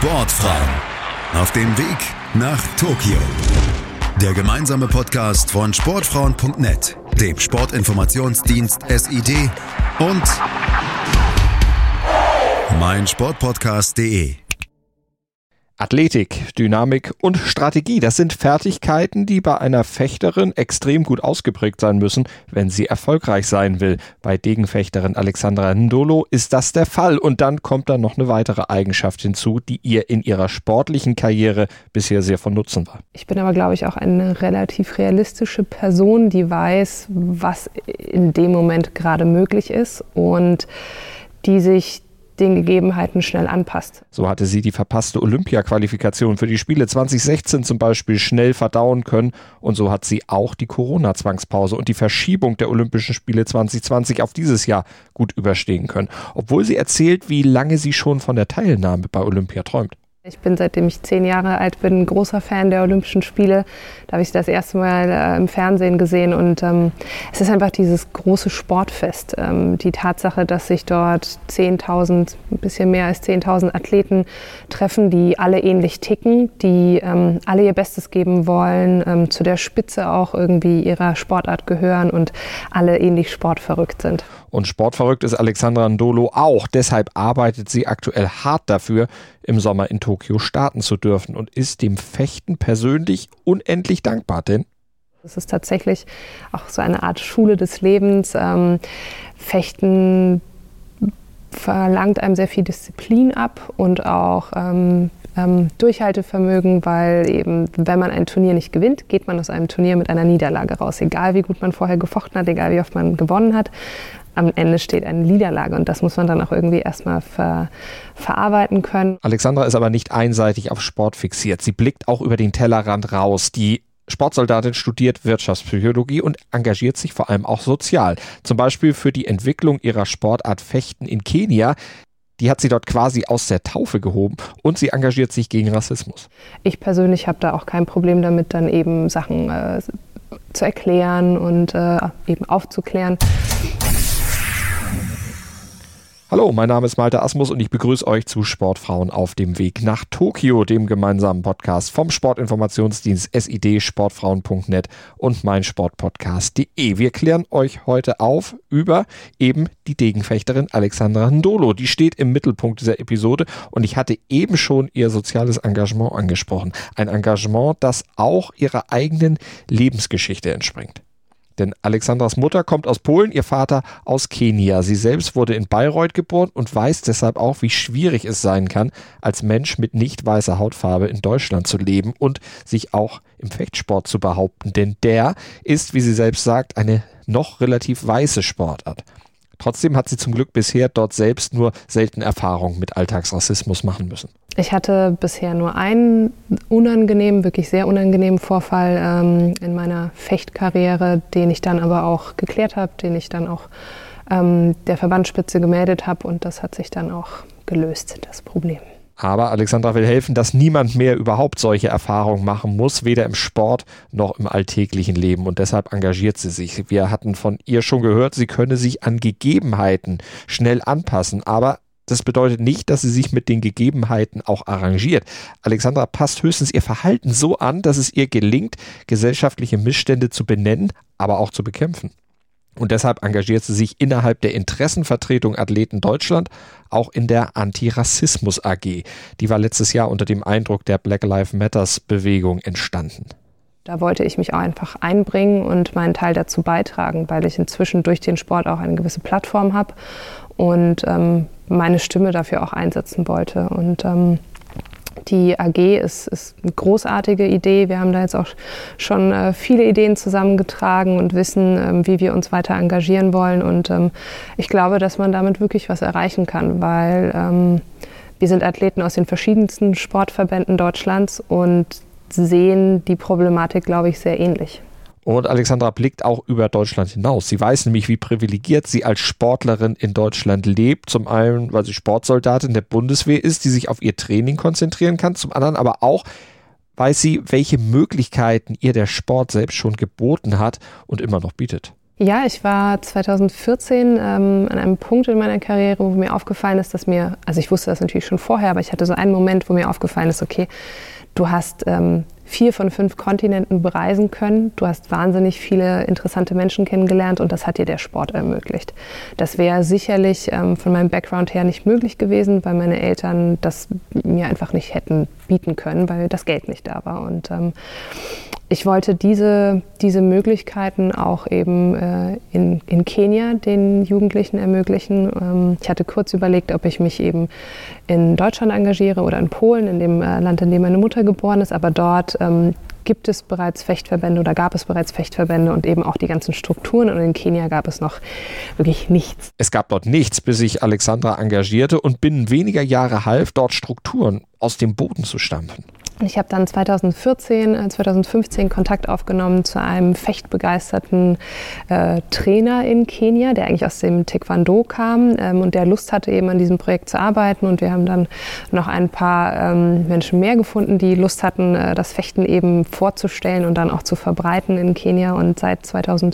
Sportfrauen auf dem Weg nach Tokio. Der gemeinsame Podcast von Sportfrauen.net, dem Sportinformationsdienst SID und meinsportpodcast.de. Athletik, Dynamik und Strategie, das sind Fertigkeiten, die bei einer Fechterin extrem gut ausgeprägt sein müssen, wenn sie erfolgreich sein will. Bei Degenfechterin Alexandra Ndolo ist das der Fall. Und dann kommt da noch eine weitere Eigenschaft hinzu, die ihr in ihrer sportlichen Karriere bisher sehr von Nutzen war. Ich bin aber, glaube ich, auch eine relativ realistische Person, die weiß, was in dem Moment gerade möglich ist und die sich den Gegebenheiten schnell anpasst. So hatte sie die verpasste Olympia-Qualifikation für die Spiele 2016 zum Beispiel schnell verdauen können und so hat sie auch die Corona-Zwangspause und die Verschiebung der Olympischen Spiele 2020 auf dieses Jahr gut überstehen können, obwohl sie erzählt, wie lange sie schon von der Teilnahme bei Olympia träumt. Ich bin, seitdem ich 10 Jahre alt bin, ein großer Fan der Olympischen Spiele. Da habe ich das erste Mal im Fernsehen gesehen und es ist einfach dieses große Sportfest. Die Tatsache, dass sich dort 10.000, ein bisschen mehr als 10.000 Athleten treffen, die alle ähnlich ticken, die alle ihr Bestes geben wollen, zu der Spitze auch irgendwie ihrer Sportart gehören und alle ähnlich sportverrückt sind. Und sportverrückt ist Alexandra Ndolo auch. Deshalb arbeitet sie aktuell hart dafür, im Sommer in Tokio starten zu dürfen und ist dem Fechten persönlich unendlich dankbar. Denn es ist tatsächlich auch so eine Art Schule des Lebens. Fechten verlangt einem sehr viel Disziplin ab und auch Durchhaltevermögen, weil eben, wenn man ein Turnier nicht gewinnt, geht man aus einem Turnier mit einer Niederlage raus. Egal wie gut man vorher gefochten hat, egal wie oft man gewonnen hat, am Ende steht eine Niederlage und das muss man dann auch irgendwie erstmal verarbeiten können. Alexandra ist aber nicht einseitig auf Sport fixiert. Sie blickt auch über den Tellerrand raus. Die Sportsoldatin studiert Wirtschaftspsychologie und engagiert sich vor allem auch sozial. Zum Beispiel für die Entwicklung ihrer Sportart Fechten in Kenia. Die hat sie dort quasi aus der Taufe gehoben und sie engagiert sich gegen Rassismus. Ich persönlich habe da auch kein Problem damit, dann eben Sachen zu erklären und eben aufzuklären. Hallo, mein Name ist Malte Asmus und ich begrüße euch zu Sportfrauen auf dem Weg nach Tokio, dem gemeinsamen Podcast vom Sportinformationsdienst SID, Sportfrauen.net und meinsportpodcast.de. Wir klären euch heute auf über eben die Degenfechterin Alexandra Ndolo. Die steht im Mittelpunkt dieser Episode und ich hatte eben schon ihr soziales Engagement angesprochen. Ein Engagement, das auch ihrer eigenen Lebensgeschichte entspringt. Denn Alexandras Mutter kommt aus Polen, ihr Vater aus Kenia. Sie selbst wurde in Bayreuth geboren und weiß deshalb auch, wie schwierig es sein kann, als Mensch mit nicht weißer Hautfarbe in Deutschland zu leben und sich auch im Fechtsport zu behaupten. Denn der ist, wie sie selbst sagt, eine noch relativ weiße Sportart. Trotzdem hat sie zum Glück bisher dort selbst nur selten Erfahrungen mit Alltagsrassismus machen müssen. Ich hatte bisher nur einen unangenehmen, wirklich sehr unangenehmen Vorfall in meiner Fechtkarriere, den ich dann aber auch geklärt habe, den ich dann auch der Verbandsspitze gemeldet habe und das hat sich dann auch gelöst, das Problem. Aber Alexandra will helfen, dass niemand mehr überhaupt solche Erfahrungen machen muss, weder im Sport noch im alltäglichen Leben. Und deshalb engagiert sie sich. Wir hatten von ihr schon gehört, sie könne sich an Gegebenheiten schnell anpassen. Aber das bedeutet nicht, dass sie sich mit den Gegebenheiten auch arrangiert. Alexandra passt höchstens ihr Verhalten so an, dass es ihr gelingt, gesellschaftliche Missstände zu benennen, aber auch zu bekämpfen. Und deshalb engagiert sie sich innerhalb der Interessenvertretung Athleten Deutschland auch in der Antirassismus AG. Die war letztes Jahr unter dem Eindruck der Black Lives Matters Bewegung entstanden. Da wollte ich mich auch einfach einbringen und meinen Teil dazu beitragen, weil ich inzwischen durch den Sport auch eine gewisse Plattform habe und meine Stimme dafür auch einsetzen wollte. Und die AG ist eine großartige Idee. Wir haben da jetzt auch schon viele Ideen zusammengetragen und wissen, wie wir uns weiter engagieren wollen. Und ich glaube, dass man damit wirklich was erreichen kann, weil wir sind Athleten aus den verschiedensten Sportverbänden Deutschlands und sehen die Problematik, glaube ich, sehr ähnlich. Und Alexandra blickt auch über Deutschland hinaus. Sie weiß nämlich, wie privilegiert sie als Sportlerin in Deutschland lebt. Zum einen, weil sie Sportsoldatin der Bundeswehr ist, die sich auf ihr Training konzentrieren kann. Zum anderen aber auch, weiß sie, welche Möglichkeiten ihr der Sport selbst schon geboten hat und immer noch bietet. Ja, ich war 2014 an einem Punkt in meiner Karriere, wo mir aufgefallen ist, also ich wusste das natürlich schon vorher, aber ich hatte so einen Moment, wo mir aufgefallen ist, okay, du hast 4 von 5 Kontinenten bereisen können. Du hast wahnsinnig viele interessante Menschen kennengelernt und das hat dir der Sport ermöglicht. Das wäre sicherlich von meinem Background her nicht möglich gewesen, weil meine Eltern das mir einfach nicht hätten bieten können, weil das Geld nicht da war. Und ich wollte diese Möglichkeiten auch eben in Kenia den Jugendlichen ermöglichen. Ich hatte kurz überlegt, ob ich mich eben in Deutschland engagiere oder in Polen, in dem Land, in dem meine Mutter geboren ist. Aber dort gibt es bereits Fechtverbände oder gab es bereits Fechtverbände und eben auch die ganzen Strukturen. Und in Kenia gab es noch wirklich nichts. Es gab dort nichts, bis sich Alexandra engagierte und binnen weniger Jahre half, dort Strukturen aus dem Boden zu stampfen. Ich habe dann 2015 Kontakt aufgenommen zu einem fechtbegeisterten Trainer in Kenia, der eigentlich aus dem Taekwondo kam und der Lust hatte, eben an diesem Projekt zu arbeiten. Und wir haben dann noch ein paar Menschen mehr gefunden, die Lust hatten, das Fechten eben vorzustellen und dann auch zu verbreiten in Kenia. Und seit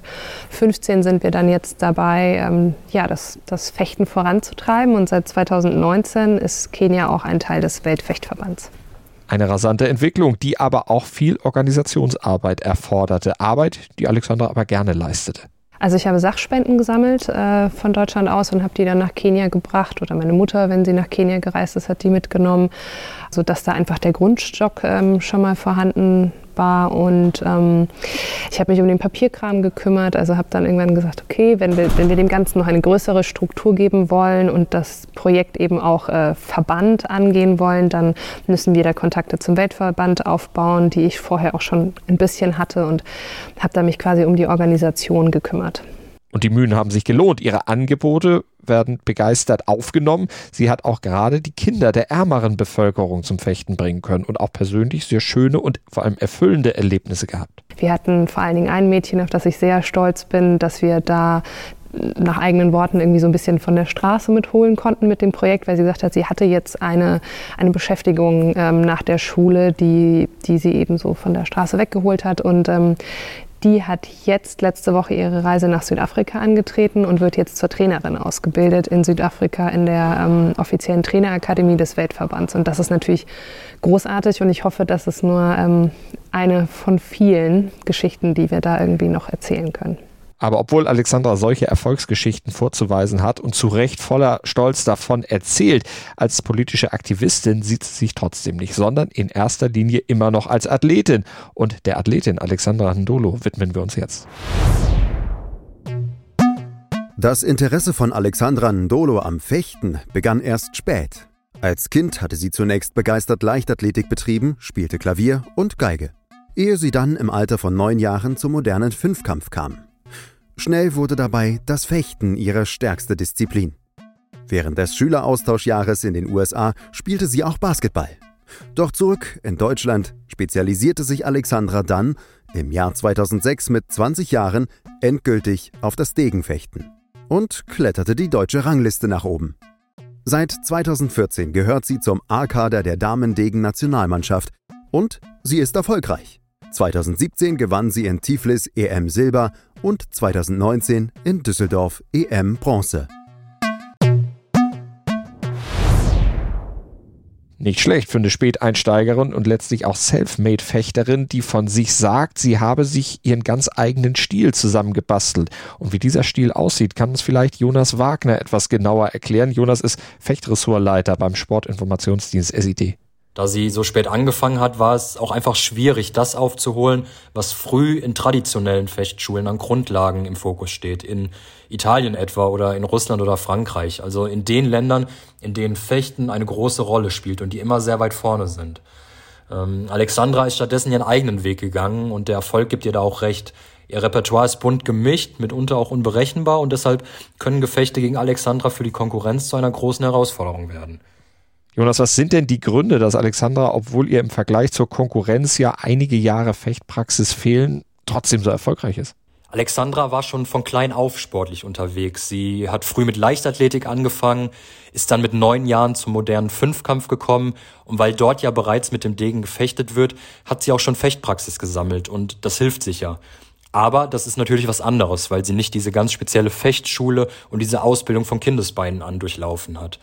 2015 sind wir dann jetzt dabei, das Fechten voranzutreiben. Und seit 2019 ist Kenia auch ein Teil des Weltfechtverbands. Eine rasante Entwicklung, die aber auch viel Organisationsarbeit erforderte. Arbeit, die Alexandra aber gerne leistete. Also ich habe Sachspenden gesammelt von Deutschland aus und habe die dann nach Kenia gebracht. Oder meine Mutter, wenn sie nach Kenia gereist ist, hat die mitgenommen. Sodass da einfach der Grundstock schon mal vorhanden war. Und ich habe mich um den Papierkram gekümmert. Also habe dann irgendwann gesagt, okay, wenn wir dem Ganzen noch eine größere Struktur geben wollen und das Projekt eben auch Verband angehen wollen, dann müssen wir da Kontakte zum Weltverband aufbauen, die ich vorher auch schon ein bisschen hatte und habe da mich quasi um die Organisation gekümmert. Und die Mühen haben sich gelohnt. Ihre Angebote werden begeistert aufgenommen. Sie hat auch gerade die Kinder der ärmeren Bevölkerung zum Fechten bringen können und auch persönlich sehr schöne und vor allem erfüllende Erlebnisse gehabt. Wir hatten vor allen Dingen ein Mädchen, auf das ich sehr stolz bin, dass wir da nach eigenen Worten irgendwie so ein bisschen von der Straße mitholen konnten mit dem Projekt, weil sie gesagt hat, sie hatte jetzt eine Beschäftigung nach der Schule, die sie eben so von der Straße weggeholt hat und die hat jetzt letzte Woche ihre Reise nach Südafrika angetreten und wird jetzt zur Trainerin ausgebildet in Südafrika in der offiziellen Trainerakademie des Weltverbands. Und das ist natürlich großartig und ich hoffe, das ist nur eine von vielen Geschichten, die wir da irgendwie noch erzählen können. Aber obwohl Alexandra solche Erfolgsgeschichten vorzuweisen hat und zu Recht voller Stolz davon erzählt, als politische Aktivistin sieht sie sich trotzdem nicht, sondern in erster Linie immer noch als Athletin. Und der Athletin Alexandra Ndolo widmen wir uns jetzt. Das Interesse von Alexandra Ndolo am Fechten begann erst spät. Als Kind hatte sie zunächst begeistert Leichtathletik betrieben, spielte Klavier und Geige, ehe sie dann im Alter von 9 Jahren zum modernen Fünfkampf kam. Schnell wurde dabei das Fechten ihre stärkste Disziplin. Während des Schüleraustauschjahres in den USA spielte sie auch Basketball. Doch zurück in Deutschland spezialisierte sich Alexandra dann im Jahr 2006 mit 20 Jahren endgültig auf das Degenfechten und kletterte die deutsche Rangliste nach oben. Seit 2014 gehört sie zum A-Kader der Damen-Degen-Nationalmannschaft und sie ist erfolgreich. 2017 gewann sie in Tiflis EM Silber und 2019 in Düsseldorf EM Bronze. Nicht schlecht für eine Späteinsteigerin und letztlich auch Selfmade-Fechterin, die von sich sagt, sie habe sich ihren ganz eigenen Stil zusammengebastelt. Und wie dieser Stil aussieht, kann uns vielleicht Jonas Wagner etwas genauer erklären. Jonas ist Fechtressortleiter beim Sportinformationsdienst SID. Da sie so spät angefangen hat, war es auch einfach schwierig, das aufzuholen, was früh in traditionellen Fechtschulen an Grundlagen im Fokus steht. In Italien etwa oder in Russland oder Frankreich. Also in den Ländern, in denen Fechten eine große Rolle spielt und die immer sehr weit vorne sind. Alexandra ist stattdessen ihren eigenen Weg gegangen und der Erfolg gibt ihr da auch recht. Ihr Repertoire ist bunt gemischt, mitunter auch unberechenbar und deshalb können Gefechte gegen Alexandra für die Konkurrenz zu einer großen Herausforderung werden. Jonas, was sind denn die Gründe, dass Alexandra, obwohl ihr im Vergleich zur Konkurrenz ja einige Jahre Fechtpraxis fehlen, trotzdem so erfolgreich ist? Alexandra war schon von klein auf sportlich unterwegs. Sie hat früh mit Leichtathletik angefangen, ist dann mit 9 Jahren zum modernen Fünfkampf gekommen und weil dort ja bereits mit dem Degen gefechtet wird, hat sie auch schon Fechtpraxis gesammelt und das hilft sicher. Aber das ist natürlich was anderes, weil sie nicht diese ganz spezielle Fechtschule und diese Ausbildung von Kindesbeinen an durchlaufen hat.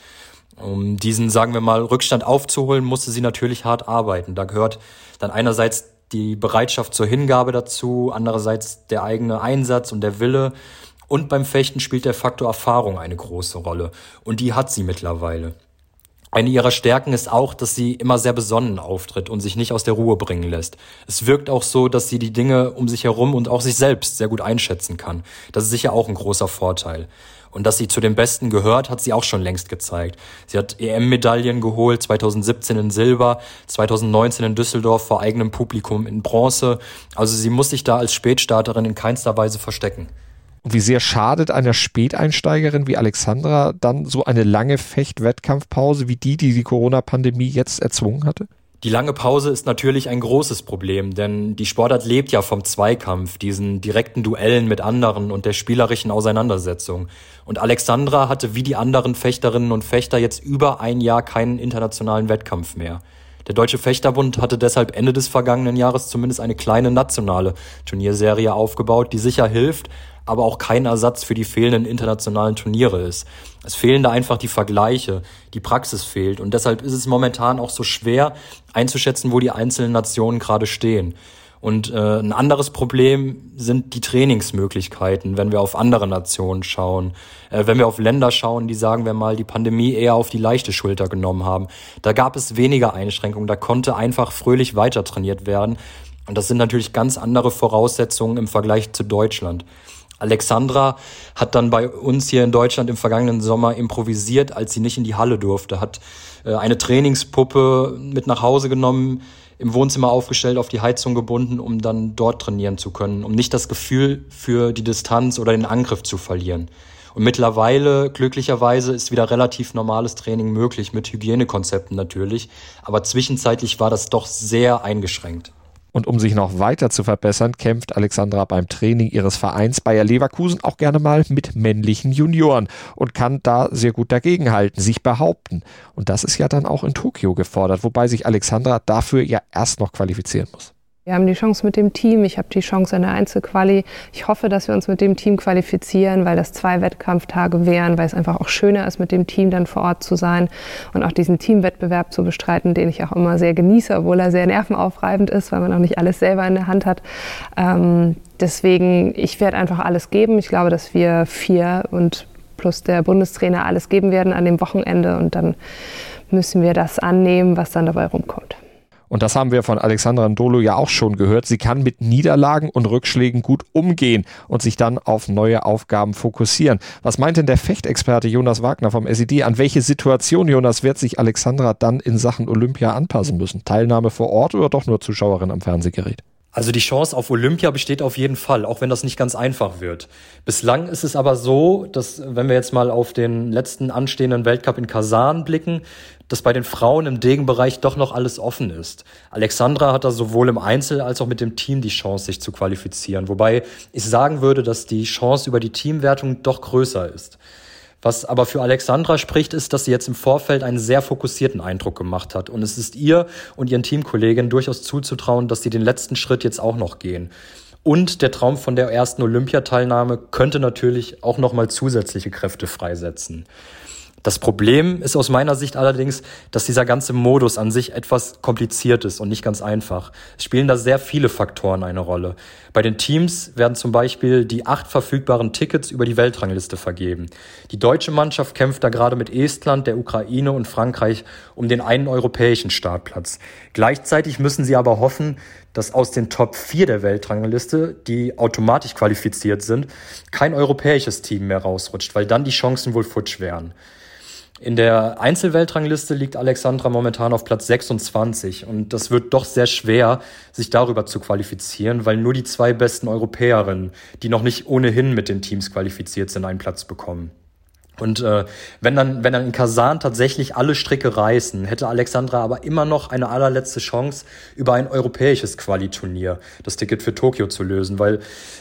Um diesen, sagen wir mal, Rückstand aufzuholen, musste sie natürlich hart arbeiten. Da gehört dann einerseits die Bereitschaft zur Hingabe dazu, andererseits der eigene Einsatz und der Wille. Und beim Fechten spielt der Faktor Erfahrung eine große Rolle. Und die hat sie mittlerweile. Eine ihrer Stärken ist auch, dass sie immer sehr besonnen auftritt und sich nicht aus der Ruhe bringen lässt. Es wirkt auch so, dass sie die Dinge um sich herum und auch sich selbst sehr gut einschätzen kann. Das ist sicher auch ein großer Vorteil. Und dass sie zu den Besten gehört, hat sie auch schon längst gezeigt. Sie hat EM-Medaillen geholt, 2017 in Silber, 2019 in Düsseldorf vor eigenem Publikum in Bronze. Also sie muss sich da als Spätstarterin in keinster Weise verstecken. Und wie sehr schadet einer Späteinsteigerin wie Alexandra dann so eine lange Fecht-Wettkampfpause wie die Corona-Pandemie jetzt erzwungen hatte? Die lange Pause ist natürlich ein großes Problem, denn die Sportart lebt ja vom Zweikampf, diesen direkten Duellen mit anderen und der spielerischen Auseinandersetzung. Und Alexandra hatte wie die anderen Fechterinnen und Fechter jetzt über ein Jahr keinen internationalen Wettkampf mehr. Der Deutsche Fechterbund hatte deshalb Ende des vergangenen Jahres zumindest eine kleine nationale Turnierserie aufgebaut, die sicher hilft, aber auch kein Ersatz für die fehlenden internationalen Turniere ist. Es fehlen da einfach die Vergleiche, die Praxis fehlt und deshalb ist es momentan auch so schwer einzuschätzen, wo die einzelnen Nationen gerade stehen. Und ein anderes Problem sind die Trainingsmöglichkeiten, wenn wir auf andere Nationen schauen. Wenn wir auf Länder schauen, die, sagen wir mal, die Pandemie eher auf die leichte Schulter genommen haben. Da gab es weniger Einschränkungen, da konnte einfach fröhlich weiter trainiert werden. Und das sind natürlich ganz andere Voraussetzungen im Vergleich zu Deutschland. Alexandra hat dann bei uns hier in Deutschland im vergangenen Sommer improvisiert, als sie nicht in die Halle durfte, hat eine Trainingspuppe mit nach Hause genommen, im Wohnzimmer aufgestellt, auf die Heizung gebunden, um dann dort trainieren zu können, um nicht das Gefühl für die Distanz oder den Angriff zu verlieren. Und mittlerweile, glücklicherweise, ist wieder relativ normales Training möglich, mit Hygienekonzepten natürlich, aber zwischenzeitlich war das doch sehr eingeschränkt. Und um sich noch weiter zu verbessern, kämpft Alexandra beim Training ihres Vereins Bayer Leverkusen auch gerne mal mit männlichen Junioren und kann da sehr gut dagegenhalten, sich behaupten. Und das ist ja dann auch in Tokio gefordert, wobei sich Alexandra dafür ja erst noch qualifizieren muss. Wir haben die Chance mit dem Team, ich habe die Chance in der Einzelquali. Ich hoffe, dass wir uns mit dem Team qualifizieren, weil das 2 Wettkampftage wären, weil es einfach auch schöner ist, mit dem Team dann vor Ort zu sein und auch diesen Teamwettbewerb zu bestreiten, den ich auch immer sehr genieße, obwohl er sehr nervenaufreibend ist, weil man auch nicht alles selber in der Hand hat. Deswegen, ich werde einfach alles geben. Ich glaube, dass wir 4 und plus der Bundestrainer alles geben werden an dem Wochenende und dann müssen wir das annehmen, was dann dabei rumkommt. Und das haben wir von Alexandra Ndolo ja auch schon gehört. Sie kann mit Niederlagen und Rückschlägen gut umgehen und sich dann auf neue Aufgaben fokussieren. Was meint denn der Fechtexperte Jonas Wagner vom SED? An welche Situation, Jonas, wird sich Alexandra dann in Sachen Olympia anpassen müssen? Teilnahme vor Ort oder doch nur Zuschauerin am Fernsehgerät? Also die Chance auf Olympia besteht auf jeden Fall, auch wenn das nicht ganz einfach wird. Bislang ist es aber so, dass, wenn wir jetzt mal auf den letzten anstehenden Weltcup in Kasan blicken, dass bei den Frauen im Degenbereich doch noch alles offen ist. Alexandra hat da sowohl im Einzel als auch mit dem Team die Chance, sich zu qualifizieren. Wobei ich sagen würde, dass die Chance über die Teamwertung doch größer ist. Was aber für Alexandra spricht, ist, dass sie jetzt im Vorfeld einen sehr fokussierten Eindruck gemacht hat. Und es ist ihr und ihren Teamkolleginnen durchaus zuzutrauen, dass sie den letzten Schritt jetzt auch noch gehen. Und der Traum von der ersten Olympiateilnahme könnte natürlich auch nochmal zusätzliche Kräfte freisetzen. Das Problem ist aus meiner Sicht allerdings, dass dieser ganze Modus an sich etwas kompliziert ist und nicht ganz einfach. Es spielen da sehr viele Faktoren eine Rolle. Bei den Teams werden zum Beispiel die 8 verfügbaren Tickets über die Weltrangliste vergeben. Die deutsche Mannschaft kämpft da gerade mit Estland, der Ukraine und Frankreich um den einen europäischen Startplatz. Gleichzeitig müssen sie aber hoffen, dass aus den Top 4 der Weltrangliste, die automatisch qualifiziert sind, kein europäisches Team mehr rausrutscht, weil dann die Chancen wohl futsch wären. In der Einzelweltrangliste liegt Alexandra momentan auf Platz 26 und das wird doch sehr schwer, sich darüber zu qualifizieren, weil nur die 2 besten Europäerinnen, die noch nicht ohnehin mit den Teams qualifiziert sind, einen Platz bekommen. Und wenn dann in Kasan tatsächlich alle Stricke reißen, hätte Alexandra aber immer noch eine allerletzte Chance, über ein europäisches Quali-Turnier das Ticket für Tokio zu lösen, weil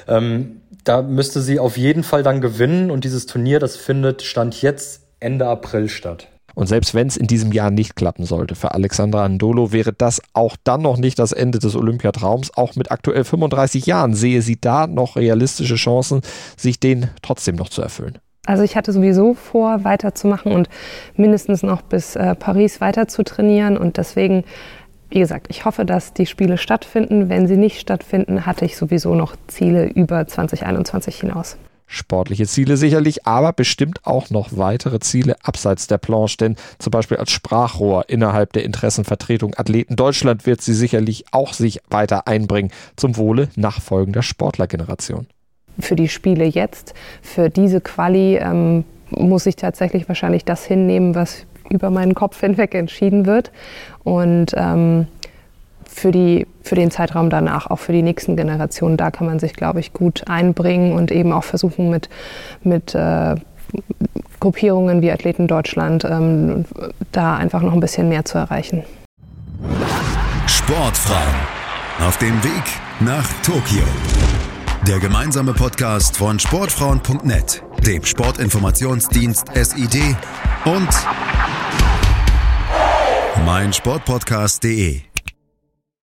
da müsste sie auf jeden Fall dann gewinnen und dieses Turnier, das findet Stand jetzt Ende April statt. Und selbst wenn es in diesem Jahr nicht klappen sollte für Alexandra Ndolo, wäre das auch dann noch nicht das Ende des Olympiatraums. Auch mit aktuell 35 Jahren sehe sie da noch realistische Chancen, sich den trotzdem noch zu erfüllen. Also ich hatte sowieso vor, weiterzumachen und mindestens noch bis Paris weiter zu trainieren. Und deswegen, wie gesagt, ich hoffe, dass die Spiele stattfinden. Wenn sie nicht stattfinden, hatte ich sowieso noch Ziele über 2021 hinaus. Sportliche Ziele sicherlich, aber bestimmt auch noch weitere Ziele abseits der Planche, denn zum Beispiel als Sprachrohr innerhalb der Interessenvertretung Athleten Deutschland wird sie sicherlich auch sich weiter einbringen zum Wohle nachfolgender Sportlergeneration. Für die Spiele jetzt, für diese Quali muss ich tatsächlich wahrscheinlich das hinnehmen, was über meinen Kopf hinweg entschieden wird und für den Zeitraum danach, auch für die nächsten Generationen, da kann man sich, glaube ich, gut einbringen und eben auch versuchen mit Gruppierungen wie Athleten Deutschland da einfach noch ein bisschen mehr zu erreichen. Sportfrauen auf dem Weg nach Tokio. Der gemeinsame Podcast von Sportfrauen.net, dem Sportinformationsdienst SID und meinsportpodcast.de.